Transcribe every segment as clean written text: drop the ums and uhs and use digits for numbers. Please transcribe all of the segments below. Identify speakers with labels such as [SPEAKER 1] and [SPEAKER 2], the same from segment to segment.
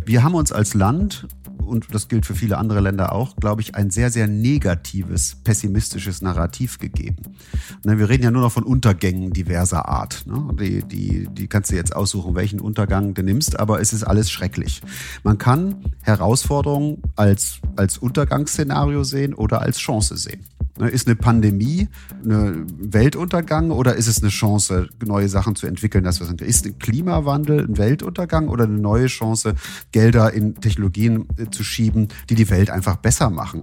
[SPEAKER 1] Wir haben uns als Land, und das gilt für viele andere Länder auch, glaube ich, ein sehr, sehr negatives, pessimistisches Narrativ gegeben. Wir reden ja nur noch von Untergängen diverser Art. Die kannst du jetzt aussuchen, welchen Untergang du nimmst, aber es ist alles schrecklich. Man kann Herausforderungen als Untergangsszenario sehen oder als Chance sehen. Ist eine Pandemie ein Weltuntergang oder ist es eine Chance, neue Sachen zu entwickeln? Ist ein Klimawandel ein Weltuntergang oder eine neue Chance, Gelder in Technologien zu schieben, die die Welt einfach besser machen?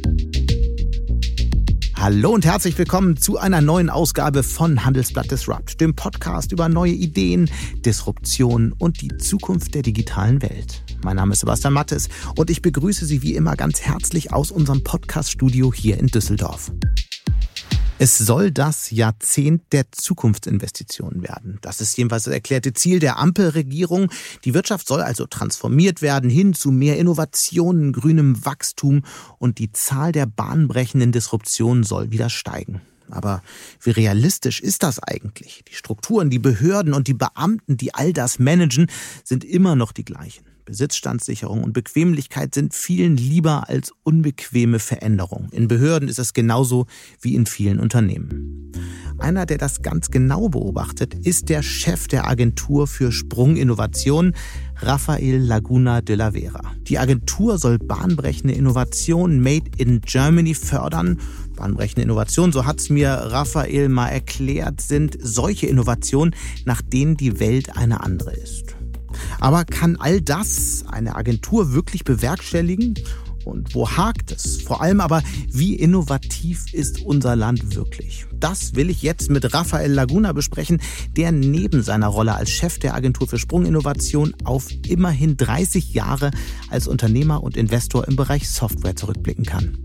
[SPEAKER 2] Hallo und herzlich willkommen zu einer neuen Ausgabe von Handelsblatt Disrupt, dem Podcast über neue Ideen, Disruption und die Zukunft der digitalen Welt. Mein Name ist Sebastian Mattes und ich begrüße Sie wie immer ganz herzlich aus unserem Podcast-Studio hier in Düsseldorf. Es soll das Jahrzehnt der Zukunftsinvestitionen werden. Das ist jedenfalls das erklärte Ziel der Ampelregierung. Die Wirtschaft soll also transformiert werden hin zu mehr Innovationen, grünem Wachstum und die Zahl der bahnbrechenden Disruptionen soll wieder steigen. Aber wie realistisch ist das eigentlich? Die Strukturen, die Behörden und die Beamten, die all das managen, sind immer noch die gleichen. Besitzstandssicherung und Bequemlichkeit sind vielen lieber als unbequeme Veränderung. In Behörden ist es genauso wie in vielen Unternehmen. Einer, der das ganz genau beobachtet, ist der Chef der Agentur für Sprunginnovation, Rafael Laguna de la Vera. Die Agentur soll bahnbrechende Innovationen made in Germany fördern. Bahnbrechende Innovationen, so hat's mir Rafael mal erklärt, sind solche Innovationen, nach denen die Welt eine andere ist. Aber kann all das eine Agentur wirklich bewerkstelligen? Und wo hakt es? Vor allem aber, wie innovativ ist unser Land wirklich? Das will ich jetzt mit Rafael Laguna besprechen, der neben seiner Rolle als Chef der Agentur für Sprunginnovation auf immerhin 30 Jahre als Unternehmer und Investor im Bereich Software zurückblicken kann.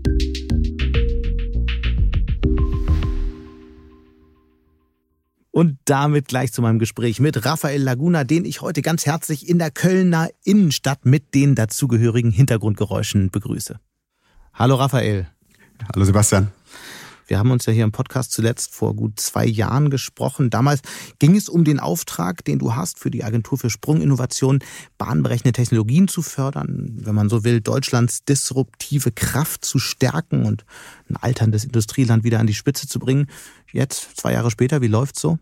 [SPEAKER 2] Und damit gleich zu meinem Gespräch mit Rafael Laguna, den ich heute ganz herzlich in der Kölner Innenstadt mit den dazugehörigen Hintergrundgeräuschen begrüße. Hallo Rafael.
[SPEAKER 1] Hallo Sebastian.
[SPEAKER 2] Wir haben uns ja hier im Podcast zuletzt vor gut 2 Jahren gesprochen. Damals ging es um den Auftrag, den du hast für die Agentur für Sprunginnovation, bahnbrechende Technologien zu fördern, wenn man so will, Deutschlands disruptive Kraft zu stärken und ein alterndes Industrieland wieder an die Spitze zu bringen. Jetzt, 2 Jahre später, wie läuft's so?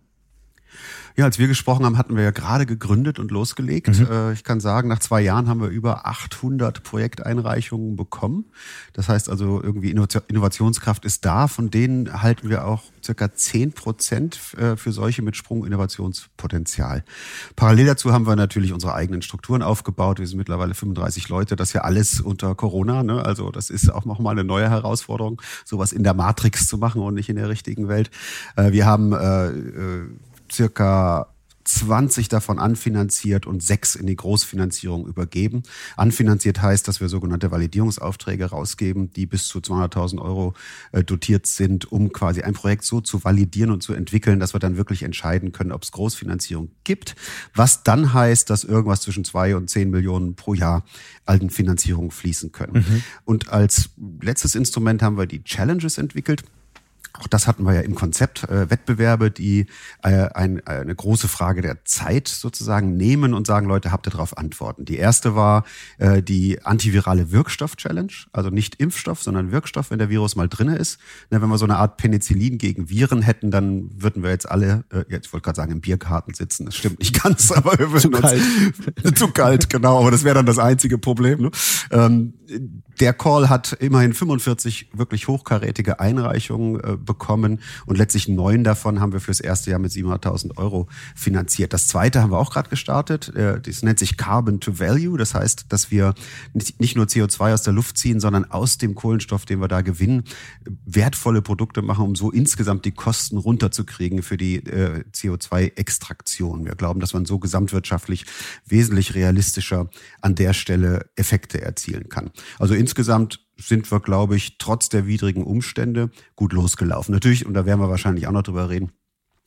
[SPEAKER 1] Ja, als wir gesprochen haben, hatten wir ja gerade gegründet und losgelegt. Ich kann sagen, nach 2 Jahren haben wir über 800 Projekteinreichungen bekommen. Das heißt also, irgendwie Innovationskraft ist da. Von denen halten wir auch circa 10% für solche mit Sprunginnovationspotenzial. Parallel dazu haben wir natürlich unsere eigenen Strukturen aufgebaut. Wir sind mittlerweile 35 Leute. Das ist ja alles unter Corona, ne? Also das ist auch nochmal eine neue Herausforderung, sowas in der Matrix zu machen und nicht in der richtigen Welt. Wir haben circa 20 davon anfinanziert und 6 in die Großfinanzierung übergeben. Anfinanziert heißt, dass wir sogenannte Validierungsaufträge rausgeben, die bis zu 200.000 Euro dotiert sind, um quasi ein Projekt so zu validieren und zu entwickeln, dass wir dann wirklich entscheiden können, ob es Großfinanzierung gibt. Was dann heißt, dass irgendwas zwischen 2 und 10 Millionen pro Jahr alten Finanzierungen fließen können. Und als letztes Instrument haben wir die Challenges entwickelt. Auch das hatten wir ja im Konzept, Wettbewerbe, die eine große Frage der Zeit sozusagen nehmen und sagen, Leute, habt ihr darauf Antworten? Die erste war die antivirale Wirkstoff-Challenge, also nicht Impfstoff, sondern Wirkstoff, wenn der Virus mal drinne ist. Wenn wir so eine Art Penicillin gegen Viren hätten, dann würden wir jetzt alle, ich wollte gerade sagen, im Biergarten sitzen. Das stimmt nicht ganz, aber wir würden zu kalt, genau, aber das wäre dann das einzige Problem. Ne? Der Call hat immerhin 45 wirklich hochkarätige Einreichungen bekommen und letztlich 9 davon haben wir fürs erste Jahr mit 700.000 Euro finanziert. Das zweite haben wir auch gerade gestartet. Das nennt sich Carbon to Value. Das heißt, dass wir nicht nur CO2 aus der Luft ziehen, sondern aus dem Kohlenstoff, den wir da gewinnen, wertvolle Produkte machen, um so insgesamt die Kosten runterzukriegen für die CO2-Extraktion. Wir glauben, dass man so gesamtwirtschaftlich wesentlich realistischer an der Stelle Effekte erzielen kann. Also insgesamt sind wir, glaube ich, trotz der widrigen Umstände gut losgelaufen. Natürlich, und da werden wir wahrscheinlich auch noch drüber reden,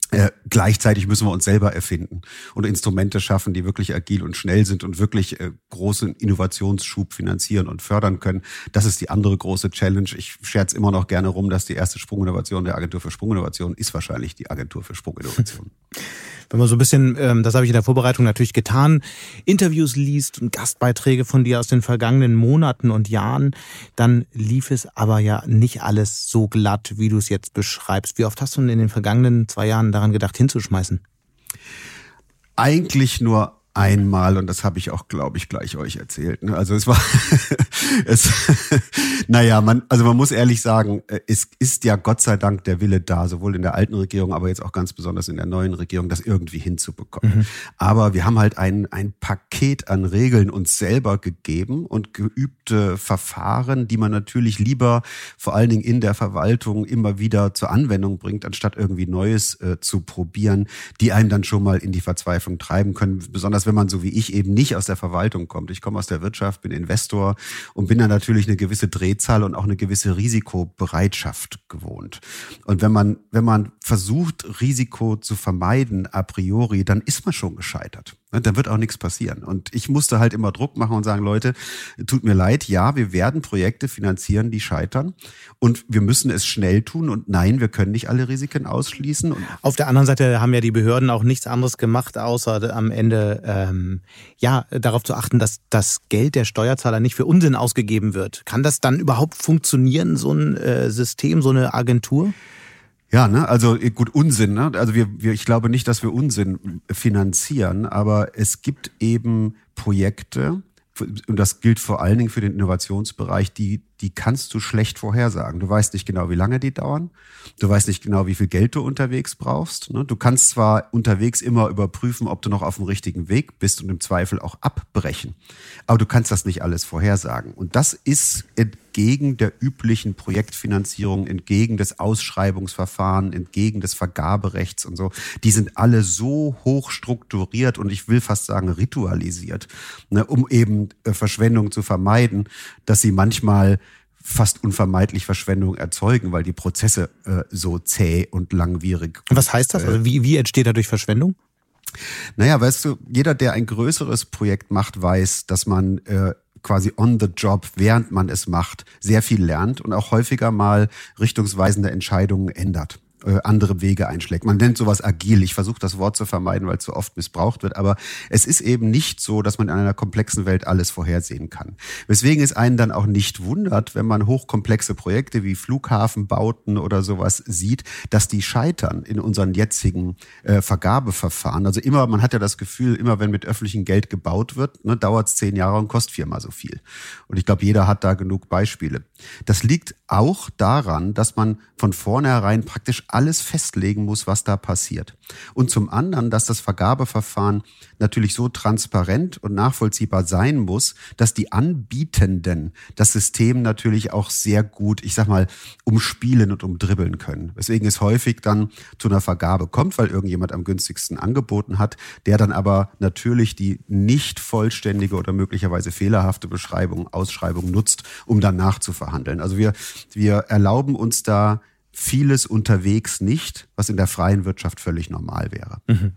[SPEAKER 1] Gleichzeitig müssen wir uns selber erfinden und Instrumente schaffen, die wirklich agil und schnell sind und wirklich großen Innovationsschub finanzieren und fördern können. Das ist die andere große Challenge. Ich scherze immer noch gerne rum, dass die erste Sprunginnovation der Agentur für Sprunginnovation ist wahrscheinlich die Agentur für Sprunginnovation.
[SPEAKER 2] Wenn man so ein bisschen, das habe ich in der Vorbereitung natürlich getan, Interviews liest und Gastbeiträge von dir aus den vergangenen Monaten und Jahren, dann lief es aber ja nicht alles so glatt, wie du es jetzt beschreibst. Wie oft hast du in den vergangenen 2 Jahren daran gedacht, hinzuschmeißen?
[SPEAKER 1] Eigentlich nur einmal, und das habe ich auch, glaube ich, gleich euch erzählt. Also es war, man muss ehrlich sagen, es ist ja Gott sei Dank der Wille da, sowohl in der alten Regierung, aber jetzt auch ganz besonders in der neuen Regierung, das irgendwie hinzubekommen. Aber wir haben halt ein Paket an Regeln uns selber gegeben und geübte Verfahren, die man natürlich lieber vor allen Dingen in der Verwaltung immer wieder zur Anwendung bringt, anstatt irgendwie Neues zu probieren, die einen dann schon mal in die Verzweiflung treiben können, besonders wenn man so wie ich eben nicht aus der Verwaltung kommt. Ich komme aus der Wirtschaft, bin Investor und bin dann natürlich eine gewisse Drehzahl und auch eine gewisse Risikobereitschaft gewohnt. Und wenn man versucht, Risiko zu vermeiden a priori, dann ist man schon gescheitert. Dann wird auch nichts passieren. Und ich musste halt immer Druck machen und sagen, Leute, tut mir leid, ja, wir werden Projekte finanzieren, die scheitern. Und wir müssen es schnell tun. Und nein, wir können nicht alle Risiken ausschließen. Und
[SPEAKER 2] auf der anderen Seite haben ja die Behörden auch nichts anderes gemacht, außer am Ende darauf zu achten, dass das Geld der Steuerzahler nicht für Unsinn ausgegeben wird. Kann das dann überhaupt funktionieren, so ein System, so eine Agentur?
[SPEAKER 1] Ja, also gut, Unsinn, Also ich glaube nicht, dass wir Unsinn finanzieren, aber es gibt eben Projekte, und das gilt vor allen Dingen für den Innovationsbereich, die kannst du schlecht vorhersagen. Du weißt nicht genau, wie lange die dauern. Du weißt nicht genau, wie viel Geld du unterwegs brauchst. Du kannst zwar unterwegs immer überprüfen, ob du noch auf dem richtigen Weg bist und im Zweifel auch abbrechen. Aber du kannst das nicht alles vorhersagen. Und das ist entgegen der üblichen Projektfinanzierung, entgegen des Ausschreibungsverfahrens, entgegen des Vergaberechts und so. Die sind alle so hoch strukturiert und ich will fast sagen ritualisiert, um eben Verschwendung zu vermeiden, dass sie manchmal fast unvermeidlich Verschwendung erzeugen, weil die Prozesse so zäh und langwierig.
[SPEAKER 2] Was heißt das? Also wie entsteht dadurch Verschwendung?
[SPEAKER 1] Weißt du, jeder, der ein größeres Projekt macht, weiß, dass man quasi on the job, während man es macht, sehr viel lernt und auch häufiger mal richtungsweisende Entscheidungen ändert, andere Wege einschlägt. Man nennt sowas agil. Ich versuche das Wort zu vermeiden, weil es so oft missbraucht wird. Aber es ist eben nicht so, dass man in einer komplexen Welt alles vorhersehen kann. Weswegen es einen dann auch nicht wundert, wenn man hochkomplexe Projekte wie Flughafenbauten oder sowas sieht, dass die scheitern in unseren jetzigen Vergabeverfahren. Also man hat ja das Gefühl, immer wenn mit öffentlichem Geld gebaut wird, dauert es 10 Jahre und kostet 4-mal so viel. Und ich glaube, jeder hat da genug Beispiele. Das liegt auch daran, dass man von vornherein praktisch alles festlegen muss, was da passiert. Und zum anderen, dass das Vergabeverfahren natürlich so transparent und nachvollziehbar sein muss, dass die Anbietenden das System natürlich auch sehr gut, umspielen und umdribbeln können. Weswegen es häufig dann zu einer Vergabe kommt, weil irgendjemand am günstigsten angeboten hat, der dann aber natürlich die nicht vollständige oder möglicherweise fehlerhafte Ausschreibung nutzt, um dann nachzuverhandeln. Also wir erlauben uns da vieles unterwegs nicht, was in der freien Wirtschaft völlig normal wäre.
[SPEAKER 2] Mhm.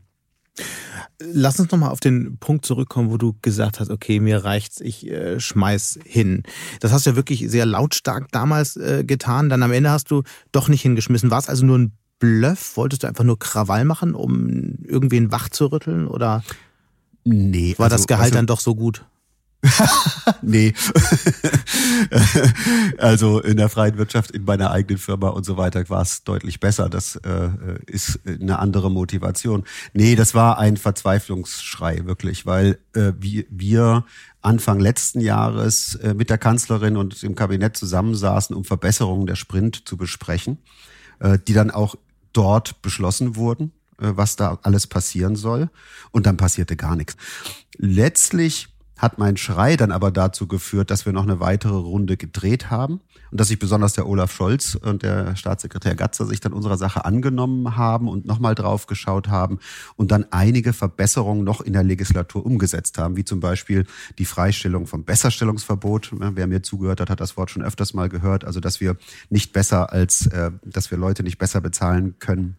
[SPEAKER 2] Lass uns nochmal auf den Punkt zurückkommen, wo du gesagt hast, okay, mir reicht's, ich schmeiß hin. Das hast du ja wirklich sehr lautstark damals getan, dann am Ende hast du doch nicht hingeschmissen. War es also nur ein Bluff? Wolltest du einfach nur Krawall machen, um irgendwen wach zu rütteln? Oder
[SPEAKER 1] nee,
[SPEAKER 2] war das Gehalt dann doch so gut?
[SPEAKER 1] Nee. Also in der freien Wirtschaft, in meiner eigenen Firma und so weiter war es deutlich besser. Das ist eine andere Motivation. Nee, das war ein Verzweiflungsschrei, wirklich, weil wir Anfang letzten Jahres mit der Kanzlerin und dem Kabinett zusammensaßen, um Verbesserungen der Sprint zu besprechen, die dann auch dort beschlossen wurden, was da alles passieren soll. Und dann passierte gar nichts. Letztlich hat mein Schrei dann aber dazu geführt, dass wir noch eine weitere Runde gedreht haben und dass sich besonders der Olaf Scholz und der Staatssekretär Gatzer sich dann unserer Sache angenommen haben und nochmal drauf geschaut haben und dann einige Verbesserungen noch in der Legislatur umgesetzt haben, wie zum Beispiel die Freistellung vom Besserstellungsverbot. Wer mir zugehört hat, hat das Wort schon öfters mal gehört, also dass wir Leute nicht besser bezahlen können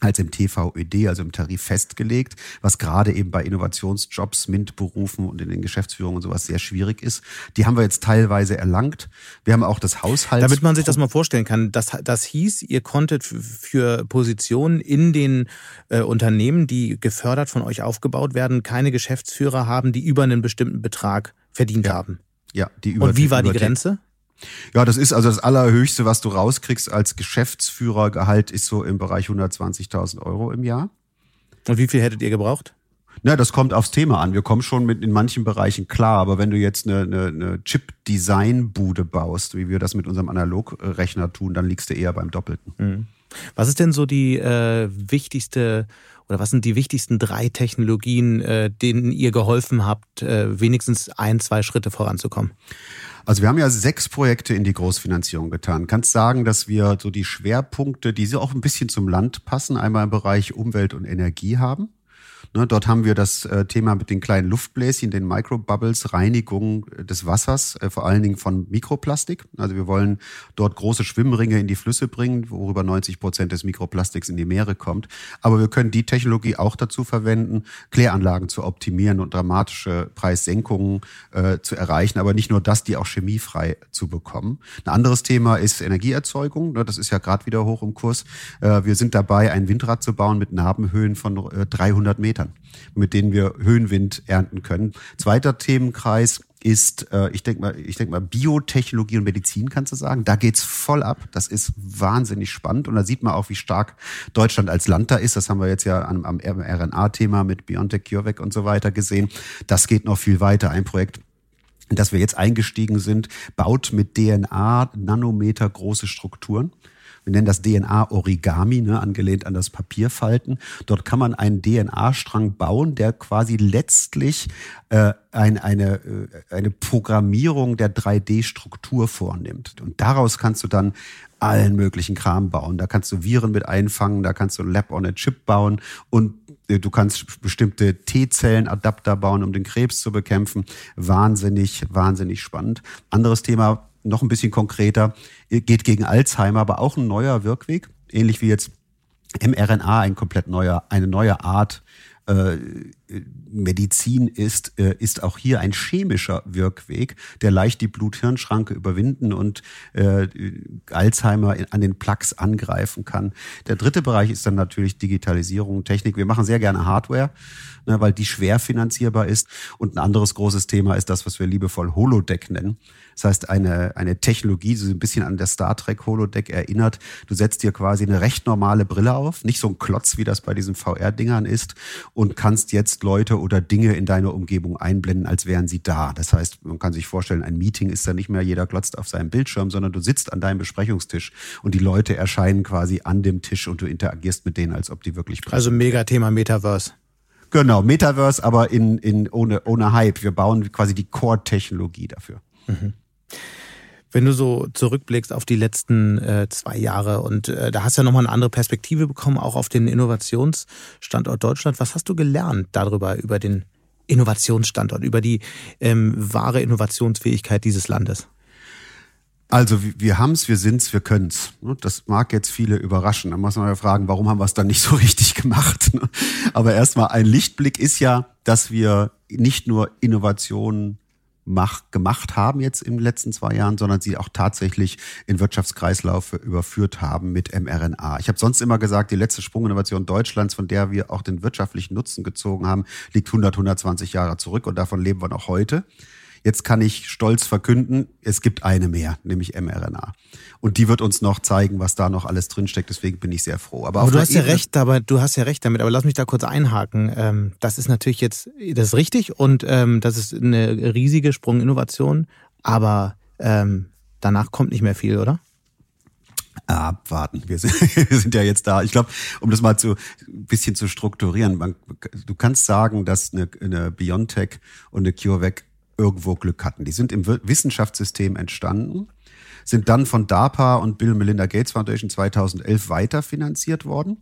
[SPEAKER 1] als im TVÖD, also im Tarif festgelegt, was gerade eben bei Innovationsjobs, MINT-Berufen und in den Geschäftsführungen und sowas sehr schwierig ist. Die haben wir jetzt teilweise erlangt. Wir haben auch das Haushalts...
[SPEAKER 2] Damit man sich das mal vorstellen kann, das hieß, ihr konntet für Positionen in den Unternehmen, die gefördert von euch aufgebaut werden, keine Geschäftsführer haben, die über einen bestimmten Betrag verdient haben.
[SPEAKER 1] Ja,
[SPEAKER 2] und wie war die Grenze?
[SPEAKER 1] Ja, das ist also das Allerhöchste, was du rauskriegst als Geschäftsführergehalt, ist so im Bereich 120.000 Euro im Jahr.
[SPEAKER 2] Und wie viel hättet ihr gebraucht?
[SPEAKER 1] Na, das kommt aufs Thema an. Wir kommen schon mit in manchen Bereichen klar, aber wenn du jetzt eine Chip-Design-Bude baust, wie wir das mit unserem Analogrechner tun, dann liegst du eher beim Doppelten.
[SPEAKER 2] Mhm. Was ist denn so die wichtigste oder was sind die wichtigsten 3 Technologien, denen ihr geholfen habt, wenigstens 1, 2 Schritte voranzukommen?
[SPEAKER 1] Also wir haben ja 6 Projekte in die Großfinanzierung getan. Kannst sagen, dass wir so die Schwerpunkte, die so auch ein bisschen zum Land passen, einmal im Bereich Umwelt und Energie haben. Ne, dort haben wir das Thema mit den kleinen Luftbläschen, den Microbubbles, Reinigung des Wassers, vor allen Dingen von Mikroplastik. Also wir wollen dort große Schwimmringe in die Flüsse bringen, worüber 90% des Mikroplastiks in die Meere kommt. Aber wir können die Technologie auch dazu verwenden, Kläranlagen zu optimieren und dramatische Preissenkungen zu erreichen. Aber nicht nur das, die auch chemiefrei zu bekommen. Ein anderes Thema ist Energieerzeugung. Das ist ja gerade wieder hoch im Kurs. Wir sind dabei, ein Windrad zu bauen mit Nabenhöhen von 300 Metern, mit denen wir Höhenwind ernten können. Zweiter Themenkreis ist, ich denk mal Biotechnologie und Medizin, kannst du sagen. Da geht's voll ab. Das ist wahnsinnig spannend. Und da sieht man auch, wie stark Deutschland als Land da ist. Das haben wir jetzt ja am RNA-Thema mit BioNTech, CureVac und so weiter gesehen. Das geht noch viel weiter. Ein Projekt, in das wir jetzt eingestiegen sind, baut mit DNA Nanometer große Strukturen. Wir nennen das DNA-Origami, angelehnt an das Papierfalten. Dort kann man einen DNA-Strang bauen, der quasi letztlich eine Programmierung der 3D-Struktur vornimmt. Und daraus kannst du dann allen möglichen Kram bauen. Da kannst du Viren mit einfangen, da kannst du ein Lab on a Chip bauen und du kannst bestimmte T-Zellen-Adapter bauen, um den Krebs zu bekämpfen. Wahnsinnig, wahnsinnig spannend. Anderes Thema, noch ein bisschen konkreter, geht gegen Alzheimer, aber auch ein neuer Wirkweg, ähnlich wie jetzt mRNA eine neue Art Medizin ist auch hier ein chemischer Wirkweg, der leicht die Blut-Hirn-Schranke überwinden und Alzheimer an den Plaques angreifen kann. Der dritte Bereich ist dann natürlich Digitalisierung, Technik. Wir machen sehr gerne Hardware, weil die schwer finanzierbar ist. Und ein anderes großes Thema ist das, was wir liebevoll Holodeck nennen. Das heißt, eine Technologie, die so ein bisschen an der Star Trek Holodeck erinnert. Du setzt dir quasi eine recht normale Brille auf, nicht so ein Klotz, wie das bei diesen VR-Dingern ist, und kannst jetzt Leute oder Dinge in deiner Umgebung einblenden, als wären sie da. Das heißt, man kann sich vorstellen, ein Meeting ist dann nicht mehr jeder glotzt auf seinem Bildschirm, sondern du sitzt an deinem Besprechungstisch und die Leute erscheinen quasi an dem Tisch und du interagierst mit denen, als ob die wirklich sprechen.
[SPEAKER 2] Also Mega-Thema Metaverse.
[SPEAKER 1] Genau, Metaverse, aber ohne Hype. Wir bauen quasi die Core-Technologie dafür.
[SPEAKER 2] Mhm. Wenn du so zurückblickst auf die letzten 2 Jahre und da hast du ja nochmal eine andere Perspektive bekommen, auch auf den Innovationsstandort Deutschland. Was hast du gelernt darüber, über den Innovationsstandort, über die wahre Innovationsfähigkeit dieses Landes?
[SPEAKER 1] Also wir haben's, wir sind's, wir können's. Das mag jetzt viele überraschen. Da muss man ja fragen, warum haben wir es dann nicht so richtig gemacht? Aber erstmal ein Lichtblick ist ja, dass wir nicht nur Innovationen gemacht haben jetzt in den letzten 2 Jahren, sondern sie auch tatsächlich in Wirtschaftskreislaufe überführt haben mit mRNA. Ich habe sonst immer gesagt, die letzte Sprunginnovation Deutschlands, von der wir auch den wirtschaftlichen Nutzen gezogen haben, liegt 120 Jahre zurück und davon leben wir noch heute. Jetzt kann ich stolz verkünden, es gibt eine mehr, nämlich mRNA. Und die wird uns noch zeigen, was da noch alles drinsteckt. Deswegen bin ich sehr froh. Aber
[SPEAKER 2] du hast ja recht damit. Aber lass mich da kurz einhaken. Das ist natürlich das ist richtig und das ist eine riesige Sprunginnovation. Aber danach kommt nicht mehr viel, oder?
[SPEAKER 1] Abwarten. Wir sind ja jetzt da. Ich glaube, um das mal ein bisschen zu strukturieren, du kannst sagen, dass eine BioNTech und eine CureVac irgendwo Glück hatten. Die sind im Wissenschaftssystem entstanden, sind dann von DARPA und Bill und Melinda Gates Foundation 2011 weiterfinanziert worden.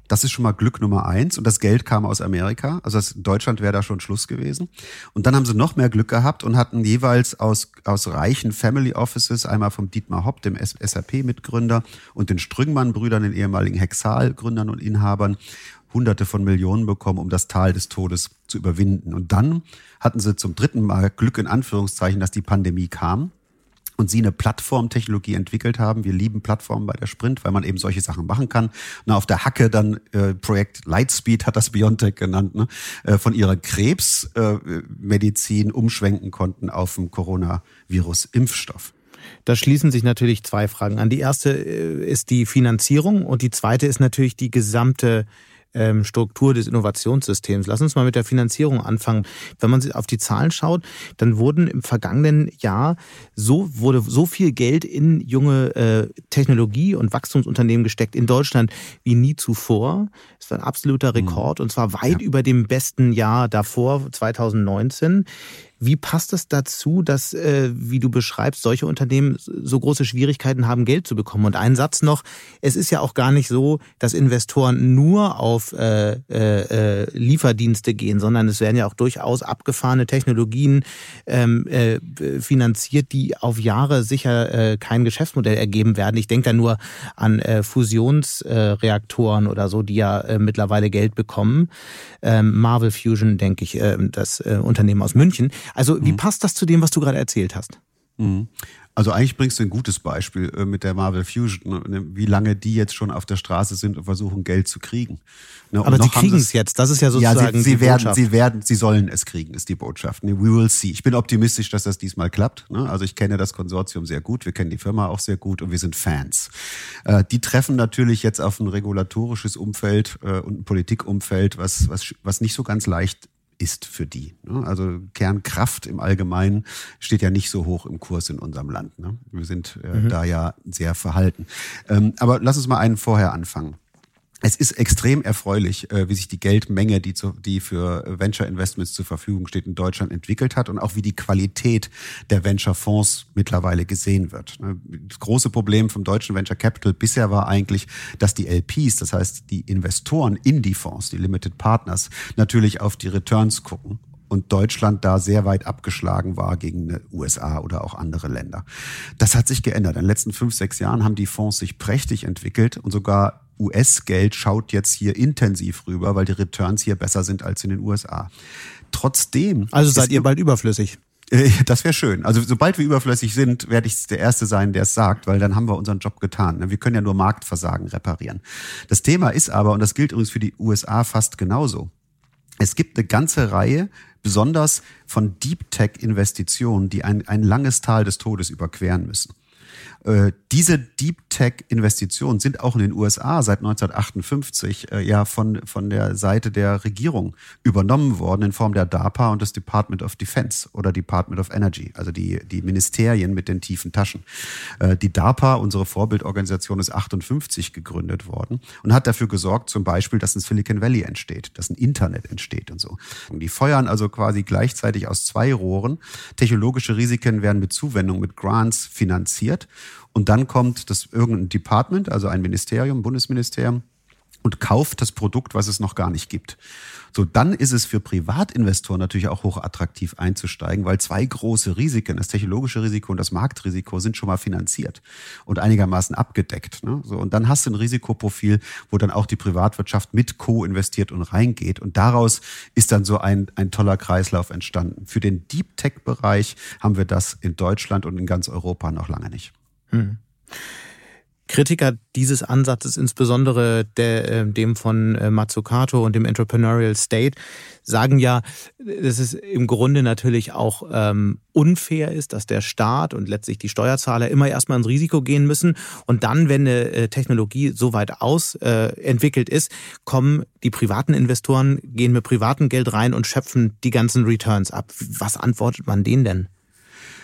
[SPEAKER 1] Das ist schon mal Glück Nummer 1 und das Geld kam aus Amerika. Also in Deutschland wäre da schon Schluss gewesen. Und dann haben sie noch mehr Glück gehabt und hatten jeweils aus reichen Family Offices, einmal vom Dietmar Hopp, dem SAP-Mitgründer, und den Strüngmann-Brüdern, den ehemaligen Hexal-Gründern und Inhabern, Hunderte von Millionen bekommen, um das Tal des Todes zu überwinden. Und dann hatten sie zum 3. Mal Glück in Anführungszeichen, dass die Pandemie kam. Und sie eine Plattformtechnologie entwickelt haben. Wir lieben Plattformen bei der Sprint, weil man eben solche Sachen machen kann. Na, auf der Hacke dann Projekt Lightspeed hat das BioNTech genannt, ne? Von ihrer Krebsmedizin umschwenken konnten auf den Coronavirus-Impfstoff.
[SPEAKER 2] Da schließen sich natürlich 2 Fragen an. Die erste ist die Finanzierung und die zweite ist natürlich die gesamte Struktur des Innovationssystems. Lass uns mal mit der Finanzierung anfangen. Wenn man auf die Zahlen schaut, dann wurden im vergangenen Jahr wurde so viel Geld in junge Technologie- und Wachstumsunternehmen gesteckt in Deutschland wie nie zuvor. Es war ein absoluter Rekord und zwar weit über dem besten Jahr davor, 2019. Wie passt es dazu, dass, wie du beschreibst, solche Unternehmen so große Schwierigkeiten haben, Geld zu bekommen? Und ein Satz noch, es ist ja auch gar nicht so, dass Investoren nur auf Lieferdienste gehen, sondern es werden ja auch durchaus abgefahrene Technologien finanziert, die auf Jahre sicher kein Geschäftsmodell ergeben werden. Ich denke da nur an Fusionsreaktoren oder so, die ja mittlerweile Geld bekommen. Marvel Fusion, denke ich, das Unternehmen aus München. Also wie passt das zu dem, was du gerade erzählt hast?
[SPEAKER 1] Also eigentlich bringst du ein gutes Beispiel mit der Marvel Fusion, wie lange die jetzt schon auf der Straße sind und versuchen, Geld zu kriegen.
[SPEAKER 2] Aber sie kriegen es jetzt, das ist ja sozusagen
[SPEAKER 1] sie
[SPEAKER 2] die Botschaft.
[SPEAKER 1] Sie sollen es kriegen, ist die Botschaft. We will see. Ich bin optimistisch, dass das diesmal klappt. Also ich kenne das Konsortium sehr gut, wir kennen die Firma auch sehr gut und wir sind Fans. Die treffen natürlich jetzt auf ein regulatorisches Umfeld und ein Politikumfeld, was nicht so ganz leicht ist für die. Also Kernkraft im Allgemeinen steht ja nicht so hoch im Kurs in unserem Land. Wir sind da ja sehr verhalten. Aber lass uns mal einen vorher anfangen. Es ist extrem erfreulich, wie sich die Geldmenge, die für Venture Investments zur Verfügung steht, in Deutschland entwickelt hat und auch wie die Qualität der Venture-Fonds mittlerweile gesehen wird. Das große Problem vom deutschen Venture Capital bisher war eigentlich, dass die LPs, das heißt die Investoren in die Fonds, die Limited Partners, natürlich auf die Returns gucken. Und Deutschland da sehr weit abgeschlagen war gegen die USA oder auch andere Länder. Das hat sich geändert. In den letzten 5-6 Jahren haben die Fonds sich prächtig entwickelt und sogar US-Geld schaut jetzt hier intensiv rüber, weil die Returns hier besser sind als in den USA. Trotzdem...
[SPEAKER 2] Also seid ihr bald überflüssig?
[SPEAKER 1] Das wäre schön. Also sobald wir überflüssig sind, werde ich der Erste sein, der es sagt, weil dann haben wir unseren Job getan. Wir können ja nur Marktversagen reparieren. Das Thema ist aber, und das gilt übrigens für die USA fast genauso, es gibt eine ganze Reihe, besonders von Deep Tech-Investitionen, die ein langes Tal des Todes überqueren müssen. Diese Deep Tech-Investitionen sind auch in den USA seit 1958 ja von der Seite der Regierung übernommen worden in Form der DARPA und des Department of Defense oder Department of Energy, also die Ministerien mit den tiefen Taschen. Die DARPA, unsere Vorbildorganisation, ist 58 gegründet worden und hat dafür gesorgt, zum Beispiel, dass ein Silicon Valley entsteht, dass ein Internet entsteht und so. Und die feuern also quasi gleichzeitig aus 2 Rohren. Technologische Risiken werden mit Zuwendung, mit Grants finanziert. Und dann kommt das irgendein Department, also ein Ministerium, Bundesministerium, und kauft das Produkt, was es noch gar nicht gibt. So, dann ist es für Privatinvestoren natürlich auch hochattraktiv einzusteigen, weil 2 große Risiken, das technologische Risiko und das Marktrisiko, sind schon mal finanziert und einigermaßen abgedeckt. So, und dann hast du ein Risikoprofil, wo dann auch die Privatwirtschaft mit co-investiert und reingeht. Und daraus ist dann so ein toller Kreislauf entstanden. Für den Deep Tech-Bereich haben wir das in Deutschland und in ganz Europa noch lange nicht.
[SPEAKER 2] Kritiker dieses Ansatzes, insbesondere dem von Mazzucato und dem Entrepreneurial State, sagen ja, dass es im Grunde natürlich auch unfair ist, dass der Staat und letztlich die Steuerzahler immer erstmal ins Risiko gehen müssen und dann, wenn eine Technologie so weit entwickelt ist, kommen die privaten Investoren, gehen mit privatem Geld rein und schöpfen die ganzen Returns ab. Was antwortet man denen denn?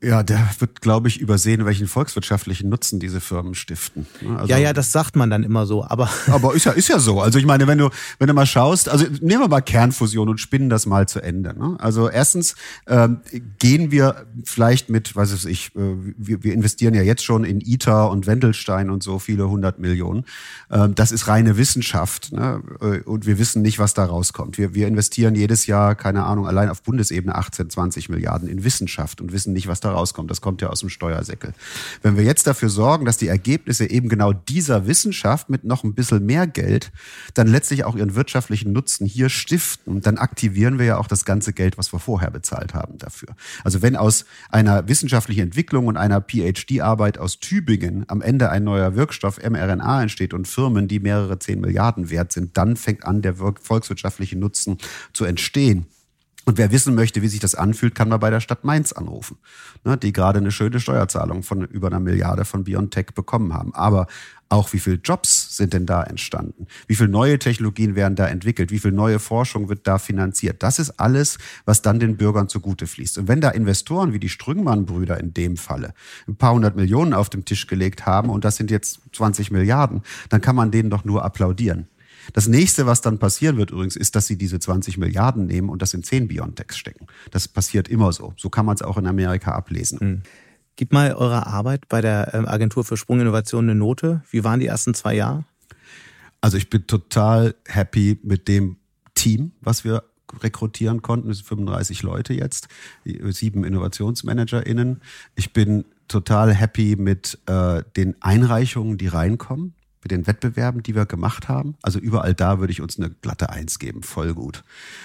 [SPEAKER 1] Ja, der wird, glaube ich, übersehen, welchen volkswirtschaftlichen Nutzen diese Firmen stiften.
[SPEAKER 2] Also, ja, das sagt man dann immer so, aber
[SPEAKER 1] ist ja so. Also ich meine, wenn du mal schaust, also nehmen wir mal Kernfusion und spinnen das mal zu Ende. Ne? Also erstens gehen wir vielleicht mit, was weiß ich, wir investieren ja jetzt schon in ITER und Wendelstein und so viele 100 Millionen. Das ist reine Wissenschaft, ne? Und wir wissen nicht, was da rauskommt. Wir investieren jedes Jahr, keine Ahnung, allein auf Bundesebene 18, 20 Milliarden in Wissenschaft und wissen nicht, was da rauskommt. Das kommt ja aus dem Steuersäckel. Wenn wir jetzt dafür sorgen, dass die Ergebnisse eben genau dieser Wissenschaft mit noch ein bisschen mehr Geld dann letztlich auch ihren wirtschaftlichen Nutzen hier stiften, dann aktivieren wir ja auch das ganze Geld, was wir vorher bezahlt haben dafür. Also wenn aus einer wissenschaftlichen Entwicklung und einer PhD-Arbeit aus Tübingen am Ende ein neuer Wirkstoff mRNA entsteht und Firmen, die mehrere 10 Milliarden wert sind, dann fängt an, der volkswirtschaftliche Nutzen zu entstehen. Und wer wissen möchte, wie sich das anfühlt, kann mal bei der Stadt Mainz anrufen, ne, die gerade eine schöne Steuerzahlung von über 1 Milliarde von BioNTech bekommen haben. Aber auch wie viele Jobs sind denn da entstanden? Wie viele neue Technologien werden da entwickelt? Wie viel neue Forschung wird da finanziert? Das ist alles, was dann den Bürgern zugute fließt. Und wenn da Investoren wie die Strüngmann-Brüder in dem Falle ein paar 100 Millionen auf den Tisch gelegt haben und das sind jetzt 20 Milliarden, dann kann man denen doch nur applaudieren. Das nächste, was dann passieren wird übrigens, ist, dass sie diese 20 Milliarden nehmen und das in 10 BioNTechs stecken. Das passiert immer so. So kann man es auch in Amerika ablesen.
[SPEAKER 2] Gib mal eurer Arbeit bei der Agentur für Sprunginnovation eine Note. Wie waren die ersten 2 Jahre?
[SPEAKER 1] Also ich bin total happy mit dem Team, was wir rekrutieren konnten. Es sind 35 Leute jetzt, 7 InnovationsmanagerInnen. Ich bin total happy mit den Einreichungen, die reinkommen. Mit den Wettbewerben, die wir gemacht haben. Also überall da würde ich uns eine glatte 1 geben, voll gut.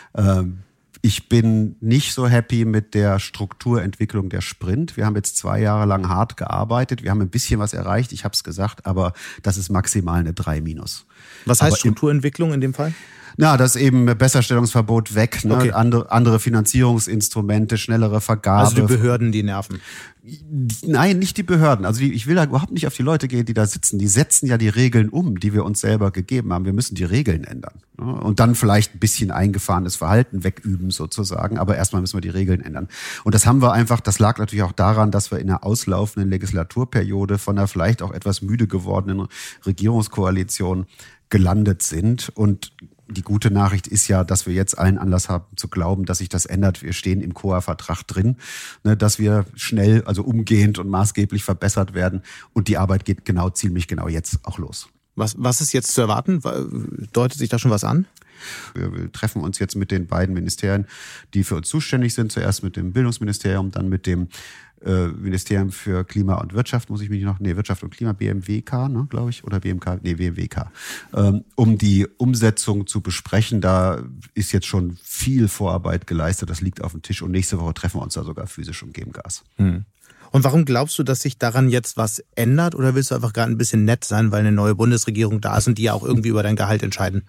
[SPEAKER 1] Ich bin nicht so happy mit der Strukturentwicklung der Sprint. Wir haben jetzt 2 Jahre lang hart gearbeitet. Wir haben ein bisschen was erreicht, ich habe es gesagt, aber das ist maximal eine 3-.
[SPEAKER 2] Was heißt Strukturentwicklung in dem Fall?
[SPEAKER 1] Na, das eben Besserstellungsverbot weg, ne?
[SPEAKER 2] Okay.
[SPEAKER 1] Andere Finanzierungsinstrumente, schnellere Vergabe.
[SPEAKER 2] Also die Behörden, die nerven.
[SPEAKER 1] Nein, nicht die Behörden. Also ich will da überhaupt nicht auf die Leute gehen, die da sitzen. Die setzen ja die Regeln um, die wir uns selber gegeben haben. Wir müssen die Regeln ändern. Ne? Und dann vielleicht ein bisschen eingefahrenes Verhalten wegüben sozusagen. Aber erstmal müssen wir die Regeln ändern. Und das haben wir einfach, das lag natürlich auch daran, dass wir in einer auslaufenden Legislaturperiode von einer vielleicht auch etwas müde gewordenen Regierungskoalition gelandet sind. Und die gute Nachricht ist ja, dass wir jetzt allen Anlass haben zu glauben, dass sich das ändert. Wir stehen im COA-Vertrag drin, ne, dass wir schnell, also umgehend und maßgeblich verbessert werden. Und die Arbeit geht ziemlich genau jetzt auch los.
[SPEAKER 2] Was ist jetzt zu erwarten? Deutet sich da schon was an?
[SPEAKER 1] Wir treffen uns jetzt mit den beiden Ministerien, die für uns zuständig sind. Zuerst mit dem Bildungsministerium, dann mit dem Ministerium für Klima und Wirtschaft, Wirtschaft und Klima, BMWK, ne, glaube ich, oder BMWK, um die Umsetzung zu besprechen. Da ist jetzt schon viel Vorarbeit geleistet, das liegt auf dem Tisch und nächste Woche treffen wir uns da sogar physisch und geben Gas.
[SPEAKER 2] Und warum glaubst du, dass sich daran jetzt was ändert? Oder willst du einfach gerade ein bisschen nett sein, weil eine neue Bundesregierung da ist und die ja auch irgendwie über dein Gehalt entscheiden?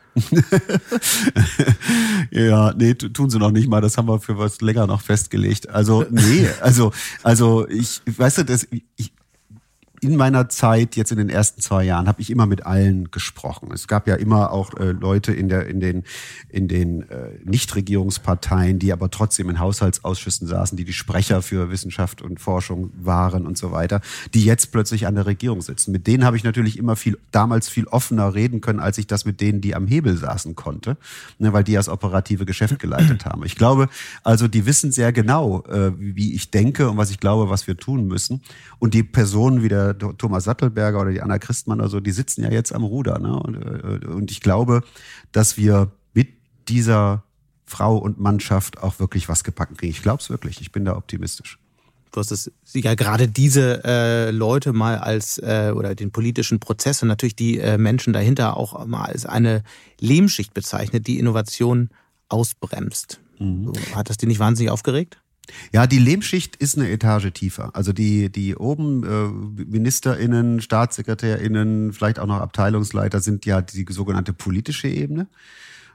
[SPEAKER 1] Ja, nee, tun sie noch nicht mal. Das haben wir für was länger noch festgelegt. Also, nee, also ich, weißt du, in meiner Zeit, jetzt in den ersten 2 Jahren, habe ich immer mit allen gesprochen. Es gab ja immer auch Leute in den Nichtregierungsparteien, die aber trotzdem in Haushaltsausschüssen saßen, die Sprecher für Wissenschaft und Forschung waren und so weiter, die jetzt plötzlich an der Regierung sitzen. Mit denen habe ich natürlich immer damals viel offener reden können, als ich das mit denen, die am Hebel saßen, konnte, ne, weil die das operative Geschäft geleitet haben. Ich glaube, also die wissen sehr genau, wie ich denke und was ich glaube, was wir tun müssen. Und die Personen wie der Thomas Sattelberger oder die Anna Christmann oder so, die sitzen ja jetzt am Ruder. Ne? Und ich glaube, dass wir mit dieser Frau und Mannschaft auch wirklich was gepackt kriegen. Ich glaube es wirklich. Ich bin da optimistisch.
[SPEAKER 2] Du hast es ja gerade diese Leute mal als oder den politischen Prozess und natürlich die Menschen dahinter auch mal als eine Lehmschicht bezeichnet, die Innovation ausbremst. So, hat das dich nicht wahnsinnig aufgeregt?
[SPEAKER 1] Ja, die Lehmschicht ist eine Etage tiefer. Also die oben MinisterInnen, StaatssekretärInnen, vielleicht auch noch Abteilungsleiter sind ja die sogenannte politische Ebene.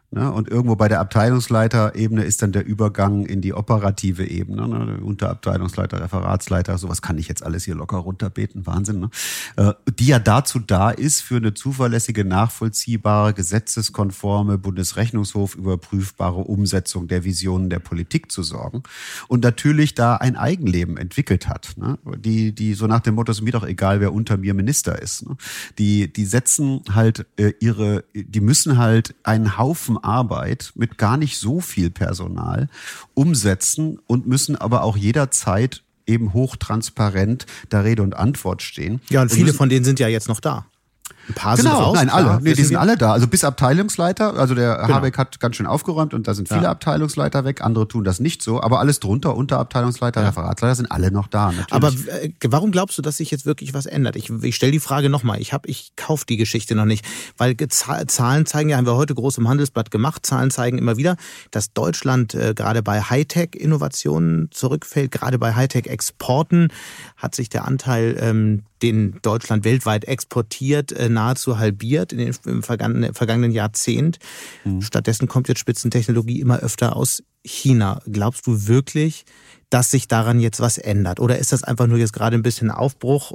[SPEAKER 1] Ne? Und irgendwo bei der Abteilungsleiterebene ist dann der Übergang in die operative Ebene. Ne? Unterabteilungsleiter, Referatsleiter, sowas kann ich jetzt alles hier locker runterbeten, Wahnsinn. Ne? Die ja dazu da ist, für eine zuverlässige, nachvollziehbare, gesetzeskonforme, Bundesrechnungshof überprüfbare Umsetzung der Visionen der Politik zu sorgen. Und natürlich da ein Eigenleben entwickelt hat. Ne? Die so nach dem Motto, es ist mir doch egal, wer unter mir Minister ist. Ne? Die setzen halt die müssen halt einen Haufen Arbeit mit gar nicht so viel Personal umsetzen und müssen aber auch jederzeit eben hochtransparent da Rede und Antwort stehen.
[SPEAKER 2] Ja, und viele von denen sind ja jetzt noch da. Ein paar sind raus.
[SPEAKER 1] Nein, alle. Nee, die sind alle da. Also bis Abteilungsleiter. Also der Habeck hat ganz schön aufgeräumt und da sind viele Abteilungsleiter weg. Andere tun das nicht so. Aber alles drunter, Unterabteilungsleiter, Referatsleiter sind alle noch da. Natürlich.
[SPEAKER 2] Aber warum glaubst du, dass sich jetzt wirklich was ändert? Ich stelle die Frage nochmal. Ich kaufe die Geschichte noch nicht. Weil Zahlen zeigen, ja, haben wir heute groß im Handelsblatt gemacht, Zahlen zeigen immer wieder, dass Deutschland gerade bei Hightech-Innovationen zurückfällt. Gerade bei Hightech-Exporten hat sich der Anteil, den Deutschland weltweit exportiert, nahezu halbiert im vergangenen Jahrzehnt. Stattdessen kommt jetzt Spitzentechnologie immer öfter aus China. Glaubst du wirklich, dass sich daran jetzt was ändert? Oder ist das einfach nur jetzt gerade ein bisschen Aufbruch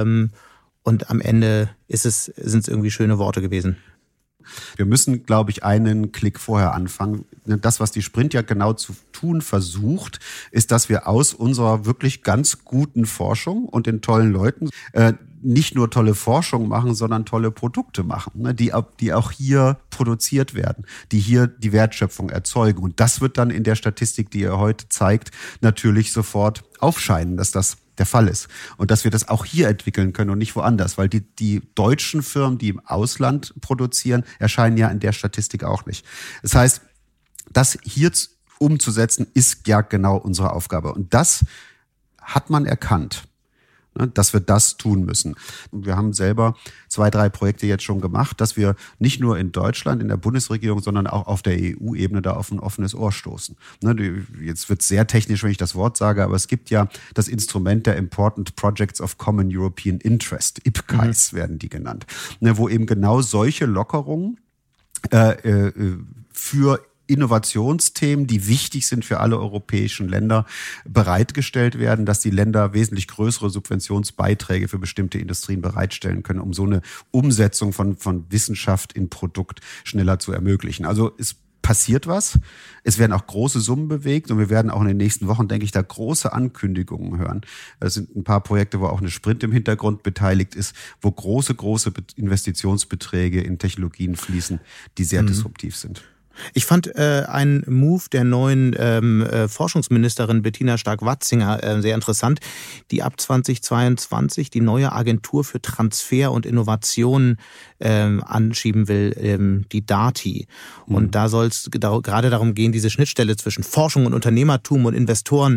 [SPEAKER 2] und am Ende sind es irgendwie schöne Worte gewesen?
[SPEAKER 1] Wir müssen, glaube ich, einen Klick vorher anfangen. Das, was die Sprint ja genau zu tun versucht, ist, dass wir aus unserer wirklich ganz guten Forschung und den tollen Leuten nicht nur tolle Forschung machen, sondern tolle Produkte machen, die auch hier produziert werden, die hier die Wertschöpfung erzeugen. Und das wird dann in der Statistik, die ihr heute zeigt, natürlich sofort aufscheinen, dass das der Fall ist. Und dass wir das auch hier entwickeln können und nicht woanders, weil die deutschen Firmen, die im Ausland produzieren, erscheinen ja in der Statistik auch nicht. Das heißt, das hier umzusetzen, ist ja genau unsere Aufgabe. Und das hat man erkannt, dass wir das tun müssen. Wir haben selber 2, 3 Projekte jetzt schon gemacht, dass wir nicht nur in Deutschland, in der Bundesregierung, sondern auch auf der EU-Ebene da auf ein offenes Ohr stoßen. Jetzt wird es sehr technisch, wenn ich das Wort sage, aber es gibt ja das Instrument der Important Projects of Common European Interest, IPCEIs werden die genannt, wo eben genau solche Lockerungen für Innovationsthemen, die wichtig sind für alle europäischen Länder, bereitgestellt werden, dass die Länder wesentlich größere Subventionsbeiträge für bestimmte Industrien bereitstellen können, um so eine Umsetzung von Wissenschaft in Produkt schneller zu ermöglichen. Also es passiert was. Es werden auch große Summen bewegt und wir werden auch in den nächsten Wochen, denke ich, da große Ankündigungen hören. Es sind ein paar Projekte, wo auch eine Sprint im Hintergrund beteiligt ist, wo große Investitionsbeträge in Technologien fließen, die sehr disruptiv sind.
[SPEAKER 2] Ich fand einen Move der neuen Forschungsministerin Bettina Stark-Watzinger sehr interessant, die ab 2022 die neue Agentur für Transfer und Innovation anschieben will, die DATI. Und da soll es gerade darum gehen, diese Schnittstelle zwischen Forschung und Unternehmertum und Investoren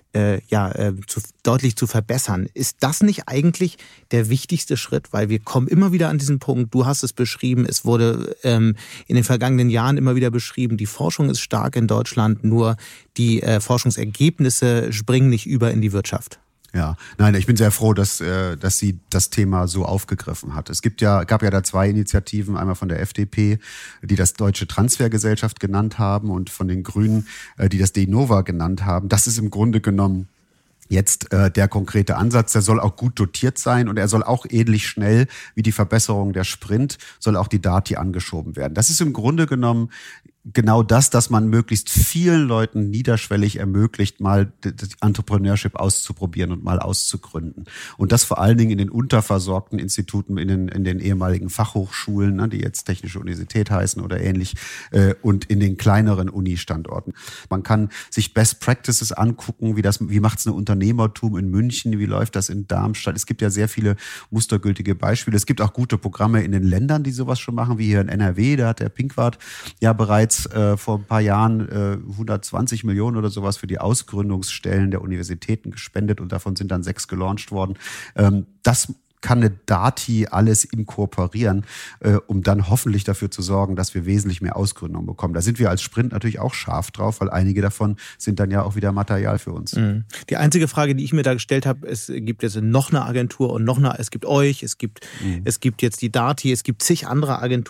[SPEAKER 2] deutlich zu verbessern. Ist das nicht eigentlich der wichtigste Schritt? Weil wir kommen immer wieder an diesen Punkt, du hast es beschrieben, es wurde in den vergangenen Jahren immer wieder beschrieben, die Forschung ist stark in Deutschland, nur die Forschungsergebnisse springen nicht über in die Wirtschaft.
[SPEAKER 1] Ja, nein, ich bin sehr froh, dass sie das Thema so aufgegriffen hat. Es gab ja da 2 Initiativen, einmal von der FDP, die das Deutsche Transfergesellschaft genannt haben und von den Grünen, die das DENOVA genannt haben. Das ist im Grunde genommen jetzt der konkrete Ansatz. Der soll auch gut dotiert sein und er soll auch ähnlich schnell wie die Verbesserung der Sprint, soll auch die DATI angeschoben werden. Das ist im Grunde genommen genau das, dass man möglichst vielen Leuten niederschwellig ermöglicht, mal das Entrepreneurship auszuprobieren und mal auszugründen. Und das vor allen Dingen in den unterversorgten Instituten, in den ehemaligen Fachhochschulen, die jetzt Technische Universität heißen oder ähnlich, und in den kleineren Uni-Standorten. Man kann sich Best Practices angucken, wie macht's ein Unternehmertum in München, wie läuft das in Darmstadt. Es gibt ja sehr viele mustergültige Beispiele. Es gibt auch gute Programme in den Ländern, die sowas schon machen, wie hier in NRW, da hat der Pinkwart ja bereits vor ein paar Jahren 120 Millionen oder sowas für die Ausgründungsstellen der Universitäten gespendet und davon sind dann 6 gelauncht worden. Das kann eine DATI alles inkorporieren, um dann hoffentlich dafür zu sorgen, dass wir wesentlich mehr Ausgründungen bekommen. Da sind wir als Sprint natürlich auch scharf drauf, weil einige davon sind dann ja auch wieder Material für uns.
[SPEAKER 2] Die einzige Frage, die ich mir da gestellt habe, es gibt jetzt noch eine Agentur und es gibt euch, es gibt jetzt die DATI, es gibt zig andere Agenturen, es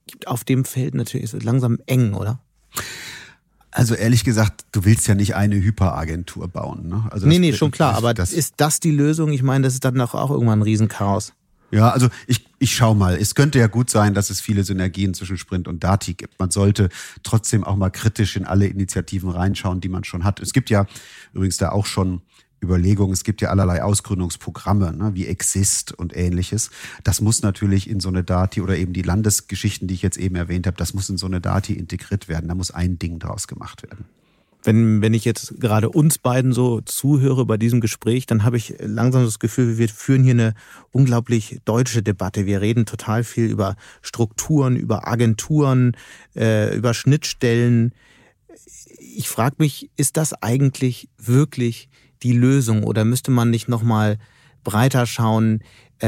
[SPEAKER 2] gibt auf dem Feld natürlich langsam eng, oder?
[SPEAKER 1] Also ehrlich gesagt, du willst ja nicht eine Hyperagentur bauen. Ne? Also
[SPEAKER 2] nee, schon klar. Aber ist das die Lösung? Ich meine, das ist dann doch auch irgendwann ein Riesenchaos.
[SPEAKER 1] Ja, also ich schau mal. Es könnte ja gut sein, dass es viele Synergien zwischen Sprint und Dati gibt. Man sollte trotzdem auch mal kritisch in alle Initiativen reinschauen, die man schon hat. Es gibt ja übrigens da auch schon Überlegungen. Es gibt ja allerlei Ausgründungsprogramme, ne, wie Exist und Ähnliches. Das muss natürlich in so eine Dati oder eben die Landesgeschichten, die ich jetzt eben erwähnt habe, das muss in so eine Dati integriert werden. Da muss ein Ding draus gemacht werden.
[SPEAKER 2] Wenn ich jetzt gerade uns beiden so zuhöre bei diesem Gespräch, dann habe ich langsam das Gefühl, wir führen hier eine unglaublich deutsche Debatte. Wir reden total viel über Strukturen, über Agenturen, über Schnittstellen. Ich frage mich, ist das eigentlich wirklich die Lösung oder müsste man nicht noch mal breiter schauen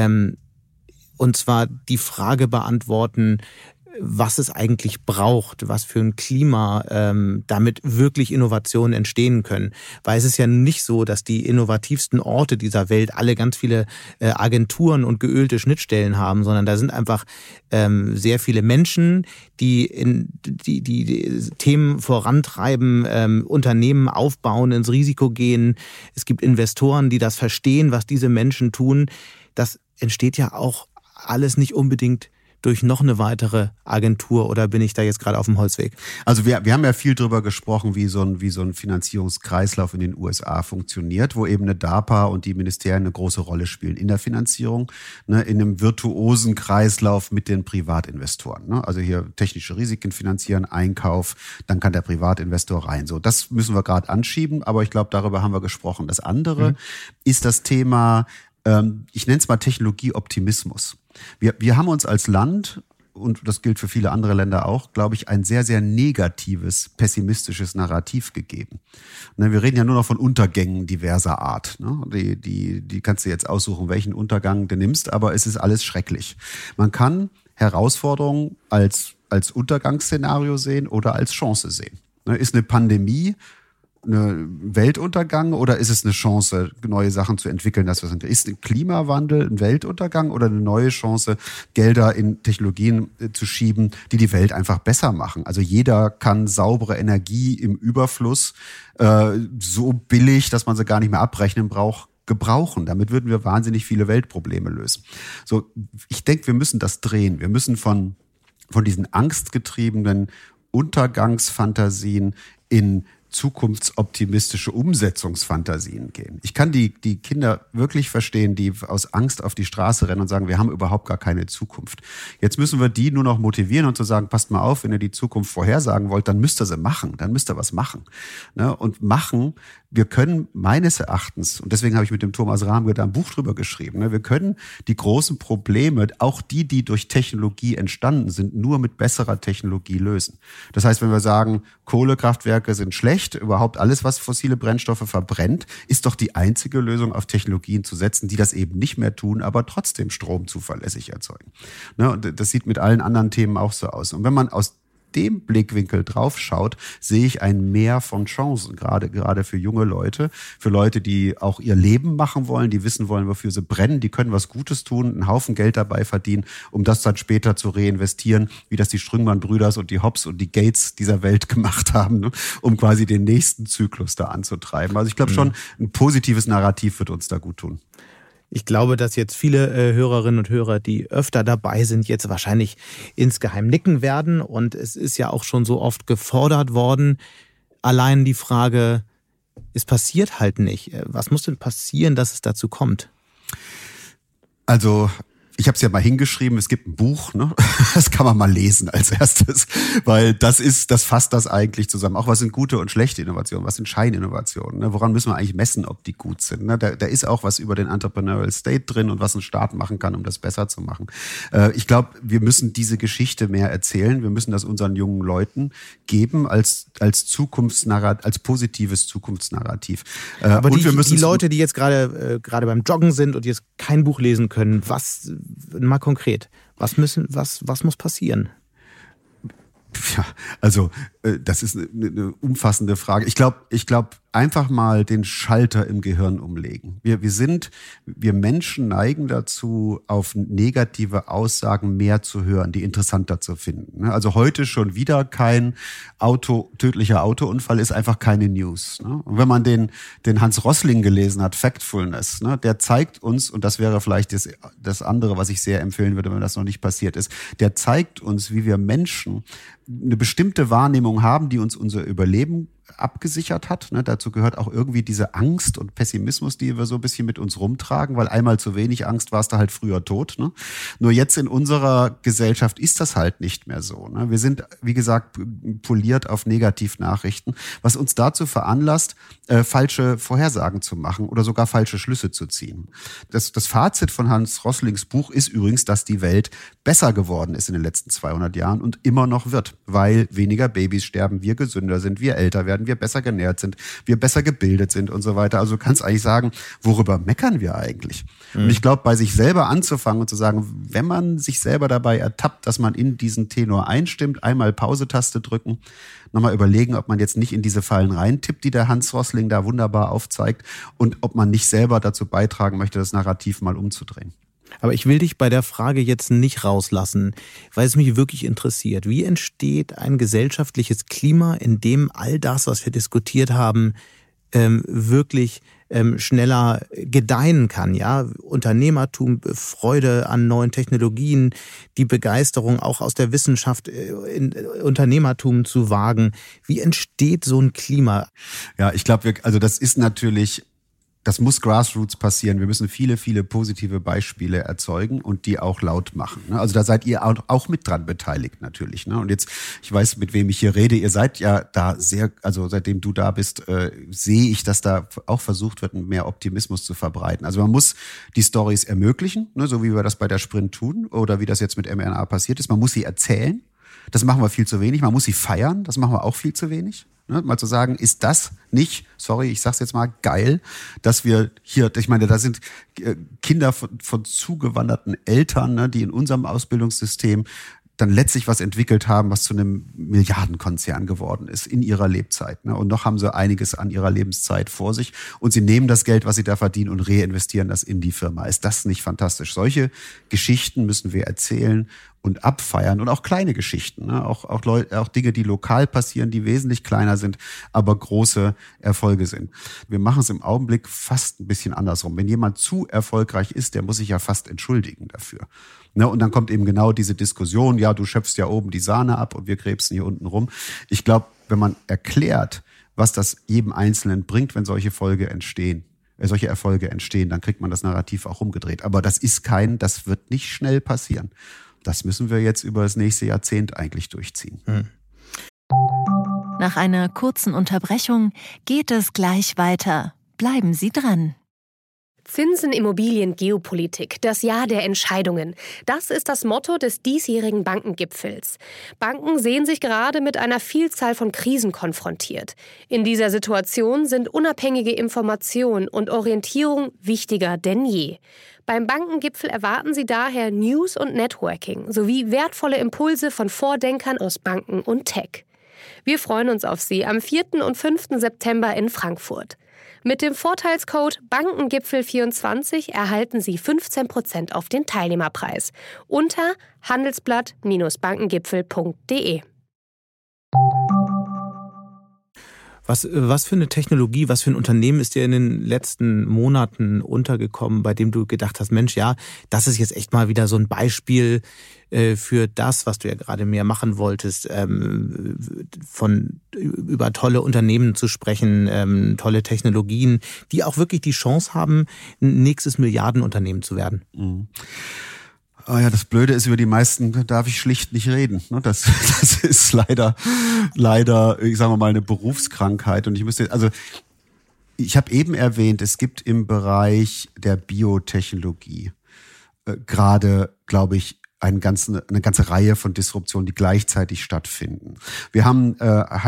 [SPEAKER 2] und zwar die Frage beantworten, was es eigentlich braucht, was für ein Klima, damit wirklich Innovationen entstehen können. Weil es ist ja nicht so, dass die innovativsten Orte dieser Welt alle ganz viele Agenturen und geölte Schnittstellen haben, sondern da sind einfach sehr viele Menschen, die Themen vorantreiben, Unternehmen aufbauen, ins Risiko gehen. Es gibt Investoren, die das verstehen, was diese Menschen tun. Das entsteht ja auch alles nicht unbedingt durch noch eine weitere Agentur oder bin ich da jetzt gerade auf dem Holzweg?
[SPEAKER 1] Also wir haben ja viel drüber gesprochen, wie so ein Finanzierungskreislauf in den USA funktioniert, wo eben eine DARPA und die Ministerien eine große Rolle spielen in der Finanzierung, ne, in einem virtuosen Kreislauf mit den Privatinvestoren. Ne? Also hier technische Risiken finanzieren, Einkauf, dann kann der Privatinvestor rein. So, das müssen wir gerade anschieben, aber ich glaube, darüber haben wir gesprochen. Das andere ist das Thema, ich nenne es mal Technologieoptimismus. Wir haben uns als Land, und das gilt für viele andere Länder auch, glaube ich, ein sehr, sehr negatives, pessimistisches Narrativ gegeben. Wir reden ja nur noch von Untergängen diverser Art. Die kannst du jetzt aussuchen, welchen Untergang du nimmst, aber es ist alles schrecklich. Man kann Herausforderungen als Untergangsszenario sehen oder als Chance sehen. Ist eine Pandemie eine Weltuntergang oder ist es eine Chance, neue Sachen zu entwickeln? Ist ein Klimawandel ein Weltuntergang oder eine neue Chance, Gelder in Technologien zu schieben, die die Welt einfach besser machen? Also jeder kann saubere Energie im Überfluss so billig, dass man sie gar nicht mehr abrechnen braucht, gebrauchen. Damit würden wir wahnsinnig viele Weltprobleme lösen. So, ich denke, wir müssen das drehen. Wir müssen von diesen angstgetriebenen Untergangsfantasien in zukunftsoptimistische Umsetzungsfantasien gehen. Ich kann die Kinder wirklich verstehen, die aus Angst auf die Straße rennen und sagen, wir haben überhaupt gar keine Zukunft. Jetzt müssen wir die nur noch motivieren und zu sagen, passt mal auf, wenn ihr die Zukunft vorhersagen wollt, dann müsst ihr sie machen, dann müsst ihr was machen. Ne? Und machen, wir können meines Erachtens, und deswegen habe ich mit dem Thomas Rahmke da ein Buch drüber geschrieben, ne? Wir können die großen Probleme, auch die durch Technologie entstanden sind, nur mit besserer Technologie lösen. Das heißt, wenn wir sagen, Kohlekraftwerke sind schlecht, überhaupt alles, was fossile Brennstoffe verbrennt, ist doch die einzige Lösung, auf Technologien zu setzen, die das eben nicht mehr tun, aber trotzdem Strom zuverlässig erzeugen. Ne? Und das sieht mit allen anderen Themen auch so aus. Und wenn man aus dem Blickwinkel drauf schaut, sehe ich ein Meer von Chancen, gerade für junge Leute, für Leute, die auch ihr Leben machen wollen, die wissen wollen, wofür sie brennen, die können was Gutes tun, einen Haufen Geld dabei verdienen, um das dann später zu reinvestieren, wie das die Strüngmann-Brüders und die Hobbs und die Gates dieser Welt gemacht haben, ne, um quasi den nächsten Zyklus da anzutreiben. Also ich glaube schon, ein positives Narrativ wird uns da gut tun.
[SPEAKER 2] Ich glaube, dass jetzt viele Hörerinnen und Hörer, die öfter dabei sind, jetzt wahrscheinlich insgeheim nicken werden. Und es ist ja auch schon so oft gefordert worden. Allein die Frage, es passiert halt nicht. Was muss denn passieren, dass es dazu kommt?
[SPEAKER 1] Also ich habe es ja mal hingeschrieben, es gibt ein Buch, ne? Das kann man mal lesen als erstes, weil das fasst das eigentlich zusammen. Auch was sind gute und schlechte Innovationen, was sind Scheininnovationen, ne? Woran müssen wir eigentlich messen, ob die gut sind, ne? Da ist auch was über den Entrepreneurial State drin und was ein Staat machen kann, um das besser zu machen. Ich glaube, wir müssen diese Geschichte mehr erzählen, wir müssen das unseren jungen Leuten geben als Zukunftsnarrativ, als positives Zukunftsnarrativ.
[SPEAKER 2] Aber und die Leute, die jetzt gerade beim Joggen sind und jetzt kein Buch lesen können, was mal konkret, was muss passieren?
[SPEAKER 1] Ja, also das ist eine umfassende Frage. Ich glaube, einfach mal den Schalter im Gehirn umlegen. Wir Menschen neigen dazu, auf negative Aussagen mehr zu hören, die interessanter zu finden. Also heute schon wieder kein tödlicher Autounfall ist einfach keine News. Und wenn man den Hans Rosling gelesen hat, Factfulness, der zeigt uns, und das wäre vielleicht das andere, was ich sehr empfehlen würde, wenn das noch nicht passiert ist, der zeigt uns, wie wir Menschen eine bestimmte Wahrnehmung haben, die uns unser Überleben abgesichert hat. Dazu gehört auch irgendwie diese Angst und Pessimismus, die wir so ein bisschen mit uns rumtragen, weil einmal zu wenig Angst warst du halt früher tot. Nur jetzt in unserer Gesellschaft ist das halt nicht mehr so. Wir sind, wie gesagt, poliert auf Negativnachrichten, was uns dazu veranlasst, falsche Vorhersagen zu machen oder sogar falsche Schlüsse zu ziehen. Das Fazit von Hans Roslings Buch ist übrigens, dass die Welt besser geworden ist in den letzten 200 Jahren und immer noch wird, weil weniger Babys sterben, wir gesünder sind, wir älter werden, wir besser genährt sind, wir besser gebildet sind und so weiter. Also du kannst eigentlich sagen, worüber meckern wir eigentlich? Und ich glaube, bei sich selber anzufangen und zu sagen, wenn man sich selber dabei ertappt, dass man in diesen Tenor einstimmt, einmal Pause-Taste drücken, nochmal überlegen, ob man jetzt nicht in diese Fallen reintippt, die der Hans Rosling da wunderbar aufzeigt und ob man nicht selber dazu beitragen möchte, das Narrativ mal umzudrehen.
[SPEAKER 2] Aber ich will dich bei der Frage jetzt nicht rauslassen, weil es mich wirklich interessiert. Wie entsteht ein gesellschaftliches Klima, in dem all das, was wir diskutiert haben, wirklich schneller gedeihen kann, ja? Unternehmertum, Freude an neuen Technologien, die Begeisterung auch aus der Wissenschaft in Unternehmertum zu wagen. Wie entsteht so ein Klima?
[SPEAKER 1] Ja, ich glaube, das ist natürlich, das muss Grassroots passieren. Wir müssen viele, viele positive Beispiele erzeugen und die auch laut machen. Also da seid ihr auch mit dran beteiligt natürlich. Und jetzt, ich weiß, mit wem ich hier rede, ihr seid ja da sehr, also seitdem du da bist, sehe ich, dass da auch versucht wird, mehr Optimismus zu verbreiten. Also man muss die Stories ermöglichen, so wie wir das bei der Sprint tun oder wie das jetzt mit mRNA passiert ist. Man muss sie erzählen. Das machen wir viel zu wenig. Man muss sie feiern. Das machen wir auch viel zu wenig. Mal zu sagen, ist das nicht, sorry, ich sag's jetzt mal, geil, dass wir hier, ich meine, da sind Kinder von zugewanderten Eltern, die in unserem Ausbildungssystem dann letztlich was entwickelt haben, was zu einem Milliardenkonzern geworden ist in ihrer Lebzeit. Und noch haben sie einiges an ihrer Lebenszeit vor sich und sie nehmen das Geld, was sie da verdienen und reinvestieren das in die Firma. Ist das nicht fantastisch? Solche Geschichten müssen wir erzählen und abfeiern und auch kleine Geschichten, auch Dinge, die lokal passieren, die wesentlich kleiner sind, aber große Erfolge sind. Wir machen es im Augenblick fast ein bisschen andersrum. Wenn jemand zu erfolgreich ist, der muss sich ja fast entschuldigen dafür. Und dann kommt eben genau diese Diskussion, ja, du schöpfst ja oben die Sahne ab und wir krebsen hier unten rum. Ich glaube, wenn man erklärt, was das jedem Einzelnen bringt, wenn solche Erfolge entstehen, dann kriegt man das Narrativ auch umgedreht. Aber das wird nicht schnell passieren. Das müssen wir jetzt über das nächste Jahrzehnt eigentlich durchziehen.
[SPEAKER 3] Nach einer kurzen Unterbrechung geht es gleich weiter. Bleiben Sie dran.
[SPEAKER 4] Zinsen, Immobilien, Geopolitik, das Jahr der Entscheidungen. Das ist das Motto des diesjährigen Bankengipfels. Banken sehen sich gerade mit einer Vielzahl von Krisen konfrontiert. In dieser Situation sind unabhängige Information und Orientierung wichtiger denn je. Beim Bankengipfel erwarten Sie daher News und Networking sowie wertvolle Impulse von Vordenkern aus Banken und Tech. Wir freuen uns auf Sie am 4. und 5. September in Frankfurt. Mit dem Vorteilscode Bankengipfel24 erhalten Sie 15% auf den Teilnehmerpreis unter handelsblatt-bankengipfel.de.
[SPEAKER 2] Was für eine Technologie, was für ein Unternehmen ist dir in den letzten Monaten untergekommen, bei dem du gedacht hast, Mensch, ja, das ist jetzt echt mal wieder so ein Beispiel für das, was du ja gerade mehr machen wolltest, über tolle Unternehmen zu sprechen, tolle Technologien, die auch wirklich die Chance haben, ein nächstes Milliardenunternehmen zu werden.
[SPEAKER 1] Mhm. Ah ja, das Blöde ist, über die meisten darf ich schlicht nicht reden. Das ist leider, ich sage mal, eine Berufskrankheit. Und ich habe eben erwähnt, es gibt im Bereich der Biotechnologie gerade, glaube ich, eine ganze Reihe von Disruptionen, die gleichzeitig stattfinden. Wir haben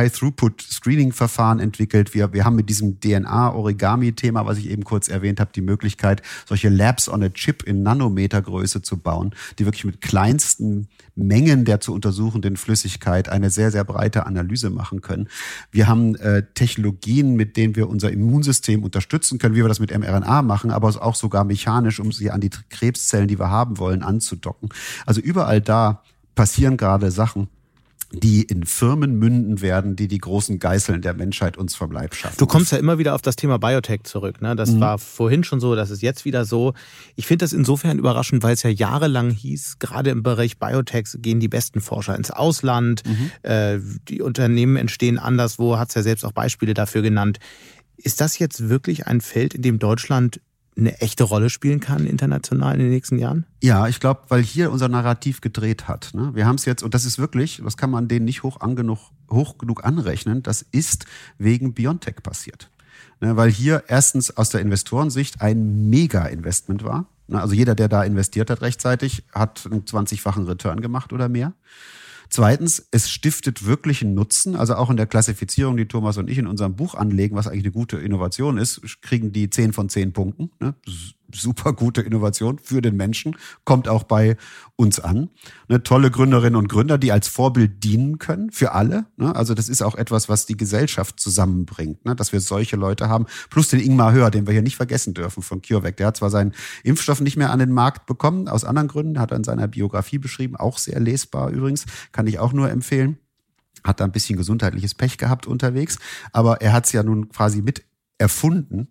[SPEAKER 1] High-Throughput-Screening-Verfahren entwickelt. Wir haben mit diesem DNA-Origami-Thema, was ich eben kurz erwähnt habe, die Möglichkeit, solche Labs on a Chip in Nanometergröße zu bauen, die wirklich mit kleinsten Mengen der zu untersuchenden Flüssigkeit eine sehr, sehr breite Analyse machen können. Wir haben Technologien, mit denen wir unser Immunsystem unterstützen können, wie wir das mit mRNA machen, aber auch sogar mechanisch, um sie an die Krebszellen, die wir haben wollen, anzudocken. Also überall da passieren gerade Sachen, die in Firmen münden werden, die großen Geißeln der Menschheit uns vom Leib schaffen.
[SPEAKER 2] Du kommst ja immer wieder auf das Thema Biotech zurück, ne? Das war vorhin schon so, das ist jetzt wieder so. Ich finde das insofern überraschend, weil es ja jahrelang hieß, gerade im Bereich Biotech gehen die besten Forscher ins Ausland, die Unternehmen entstehen anderswo, hat es ja selbst auch Beispiele dafür genannt. Ist das jetzt wirklich ein Feld, in dem Deutschland eine echte Rolle spielen kann international in den nächsten Jahren?
[SPEAKER 1] Ja, ich glaube, weil hier unser Narrativ gedreht hat. Ne? Wir haben es jetzt, und das ist wirklich, das kann man denen nicht hoch genug anrechnen, das ist wegen BioNTech passiert. Ne? Weil hier erstens aus der Investorensicht ein Mega-Investment war. Ne? Also jeder, der da investiert hat rechtzeitig, hat einen 20-fachen Return gemacht oder mehr. Zweitens, es stiftet wirklich einen Nutzen. Also auch in der Klassifizierung, die Thomas und ich in unserem Buch anlegen, was eigentlich eine gute Innovation ist, kriegen die 10 von 10 Punkten. Ne? Super gute Innovation für den Menschen, kommt auch bei uns an. Ne? Tolle Gründerinnen und Gründer, die als Vorbild dienen können für alle. Ne? Also das ist auch etwas, was die Gesellschaft zusammenbringt, ne? Dass wir solche Leute haben. Plus den Ingmar Höhr, den wir hier nicht vergessen dürfen von CureVac. Der hat zwar seinen Impfstoff nicht mehr an den Markt bekommen, aus anderen Gründen, hat er in seiner Biografie beschrieben, auch sehr lesbar übrigens, kann ich auch nur empfehlen. Hat da ein bisschen gesundheitliches Pech gehabt unterwegs, aber er hat es ja nun quasi mit erfunden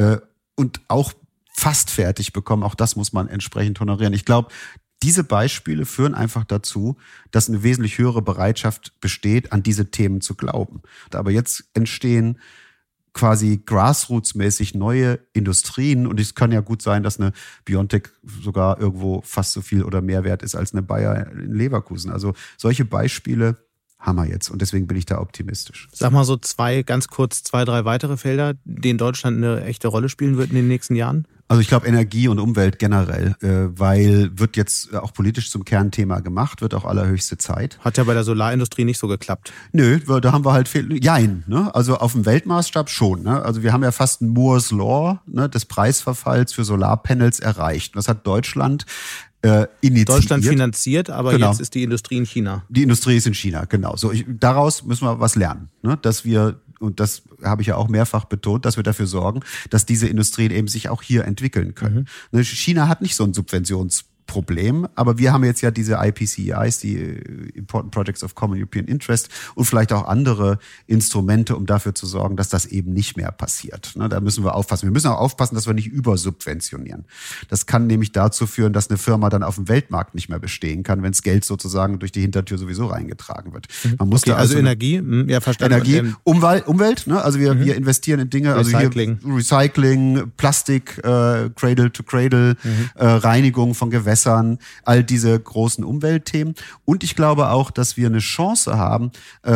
[SPEAKER 1] und auch fast fertig bekommen. Auch das muss man entsprechend honorieren. Ich glaube, diese Beispiele führen einfach dazu, dass eine wesentlich höhere Bereitschaft besteht, an diese Themen zu glauben. Aber jetzt entstehen quasi grassroots-mäßig neue Industrien und es kann ja gut sein, dass eine BioNTech sogar irgendwo fast so viel oder mehr wert ist als eine Bayer in Leverkusen. Also solche Beispiele haben wir jetzt und deswegen bin ich da optimistisch.
[SPEAKER 2] Sag mal so ganz kurz 2, 3 weitere Felder, denen Deutschland eine echte Rolle spielen wird in den nächsten Jahren?
[SPEAKER 1] Also ich glaube Energie und Umwelt generell, weil wird jetzt auch politisch zum Kernthema gemacht, wird auch allerhöchste Zeit.
[SPEAKER 2] Hat ja bei der Solarindustrie nicht so geklappt.
[SPEAKER 1] Nö, da haben wir halt ne? Also auf dem Weltmaßstab schon. Ne? Also wir haben ja fast ein Moore's Law, ne, des Preisverfalls für Solarpanels erreicht. Das hat Deutschland initiiert.
[SPEAKER 2] Deutschland finanziert, aber genau. Jetzt ist die Industrie in China.
[SPEAKER 1] Die Industrie ist in China, genau. So, daraus müssen wir was lernen, ne? Dass wir, und das habe ich ja auch mehrfach betont, dass wir dafür sorgen, dass diese Industrien eben sich auch hier entwickeln können. China hat nicht so ein Subventionsproblem, aber wir haben jetzt ja diese IPCEIs, die Important Projects of Common European Interest und vielleicht auch andere Instrumente, um dafür zu sorgen, dass das eben nicht mehr passiert. Da müssen wir aufpassen. Wir müssen auch aufpassen, dass wir nicht übersubventionieren. Das kann nämlich dazu führen, dass eine Firma dann auf dem Weltmarkt nicht mehr bestehen kann, wenn das Geld sozusagen durch die Hintertür sowieso reingetragen wird. Man muss
[SPEAKER 2] okay, also Energie, ja verstanden.
[SPEAKER 1] Energie, Umwelt, ne? Also wir investieren in Dinge,
[SPEAKER 2] Recycling.
[SPEAKER 1] Also hier Recycling, Plastik, Cradle to Cradle, Reinigung von Gewässern, all diese großen Umweltthemen. Und ich glaube auch, dass wir eine Chance haben,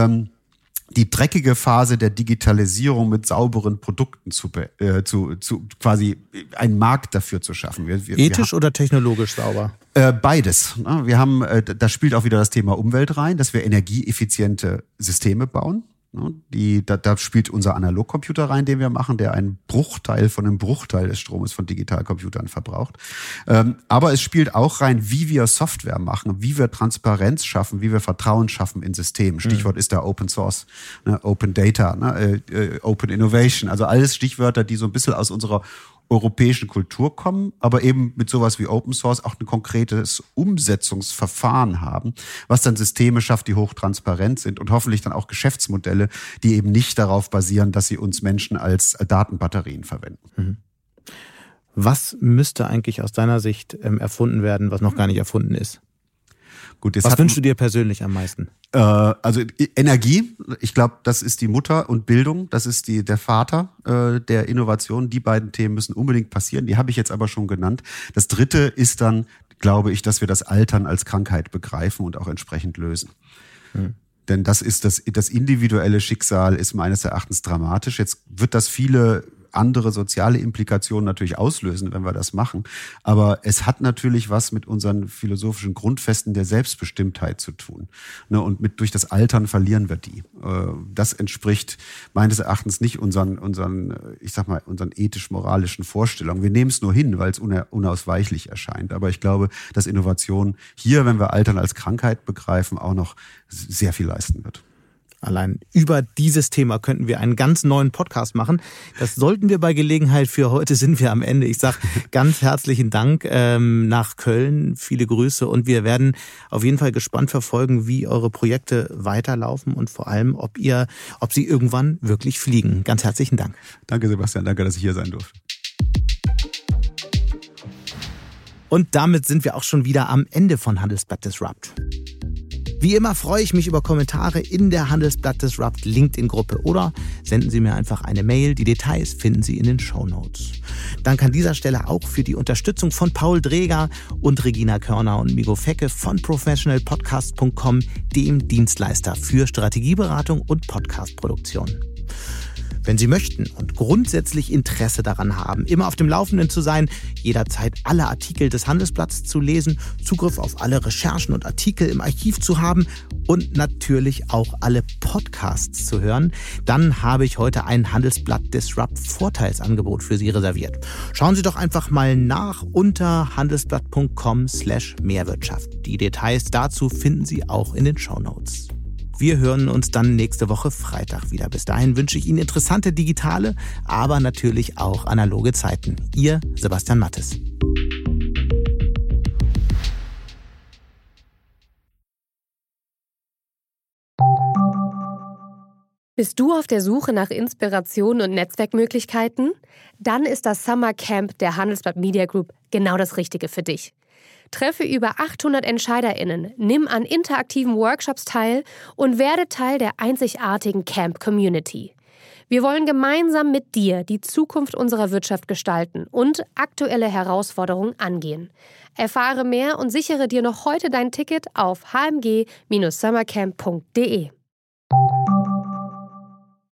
[SPEAKER 1] die dreckige Phase der Digitalisierung mit sauberen Produkten zu quasi einen Markt dafür zu schaffen.
[SPEAKER 2] Ethisch oder technologisch sauber?
[SPEAKER 1] Beides. Wir haben, da spielt auch wieder das Thema Umwelt rein, dass wir energieeffiziente Systeme bauen. Da spielt unser Analogcomputer rein, den wir machen, der einen Bruchteil von einem Bruchteil des Stromes von Digitalcomputern verbraucht. Aber es spielt auch rein, wie wir Software machen, wie wir Transparenz schaffen, wie wir Vertrauen schaffen in Systemen. Stichwort ist da Open Source, Open Data, Open Innovation. Also alles Stichwörter, die so ein bisschen aus unserer europäischen Kultur kommen, aber eben mit sowas wie Open Source auch ein konkretes Umsetzungsverfahren haben, was dann Systeme schafft, die hochtransparent sind und hoffentlich dann auch Geschäftsmodelle, die eben nicht darauf basieren, dass sie uns Menschen als Datenbatterien verwenden.
[SPEAKER 2] Was müsste eigentlich aus deiner Sicht erfunden werden, was noch gar nicht erfunden ist?
[SPEAKER 1] Gut,
[SPEAKER 2] was wünschst du dir persönlich am meisten?
[SPEAKER 1] Also Energie, ich glaube, das ist die Mutter, und Bildung, das ist der Vater der Innovation. Die beiden Themen müssen unbedingt passieren. Die habe ich jetzt aber schon genannt. Das dritte ist dann, glaube ich, dass wir das Altern als Krankheit begreifen und auch entsprechend lösen. Denn das ist das individuelle Schicksal ist meines Erachtens dramatisch. Jetzt wird das viele andere soziale Implikationen natürlich auslösen, wenn wir das machen. Aber es hat natürlich was mit unseren philosophischen Grundfesten der Selbstbestimmtheit zu tun. Und durch das Altern verlieren wir die. Das entspricht meines Erachtens nicht unseren ethisch-moralischen Vorstellungen. Wir nehmen es nur hin, weil es unausweichlich erscheint. Aber ich glaube, dass Innovation hier, wenn wir Altern als Krankheit begreifen, auch noch sehr viel leisten wird.
[SPEAKER 2] Allein über dieses Thema könnten wir einen ganz neuen Podcast machen. Das sollten wir bei Gelegenheit. Für heute sind wir am Ende. Ich sage ganz herzlichen Dank nach Köln. Viele Grüße und wir werden auf jeden Fall gespannt verfolgen, wie eure Projekte weiterlaufen und vor allem, ob sie irgendwann wirklich fliegen. Ganz herzlichen Dank.
[SPEAKER 1] Danke, Sebastian. Danke, dass ich hier sein durfte.
[SPEAKER 2] Und damit sind wir auch schon wieder am Ende von Handelsblatt Disrupt. Wie immer freue ich mich über Kommentare in der Handelsblatt Disrupt LinkedIn-Gruppe oder senden Sie mir einfach eine Mail. Die Details finden Sie in den Shownotes. Danke an dieser Stelle auch für die Unterstützung von Paul Dreger und Regina Körner und Migo Fecke von professionalpodcast.com, dem Dienstleister für Strategieberatung und Podcastproduktion. Wenn Sie möchten und grundsätzlich Interesse daran haben, immer auf dem Laufenden zu sein, jederzeit alle Artikel des Handelsblatts zu lesen, Zugriff auf alle Recherchen und Artikel im Archiv zu haben und natürlich auch alle Podcasts zu hören, dann habe ich heute ein Handelsblatt Disrupt Vorteilsangebot für Sie reserviert. Schauen Sie doch einfach mal nach unter handelsblatt.com/Mehrwirtschaft. Die Details dazu finden Sie auch in den Shownotes. Wir hören uns dann nächste Woche Freitag wieder. Bis dahin wünsche ich Ihnen interessante digitale, aber natürlich auch analoge Zeiten. Ihr Sebastian Mattes.
[SPEAKER 4] Bist du auf der Suche nach Inspiration und Netzwerkmöglichkeiten? Dann ist das Summer Camp der Handelsblatt Media Group genau das Richtige für dich. Treffe über 800 EntscheiderInnen, nimm an interaktiven Workshops teil und werde Teil der einzigartigen Camp-Community. Wir wollen gemeinsam mit dir die Zukunft unserer Wirtschaft gestalten und aktuelle Herausforderungen angehen. Erfahre mehr und sichere dir noch heute dein Ticket auf hmg-summercamp.de.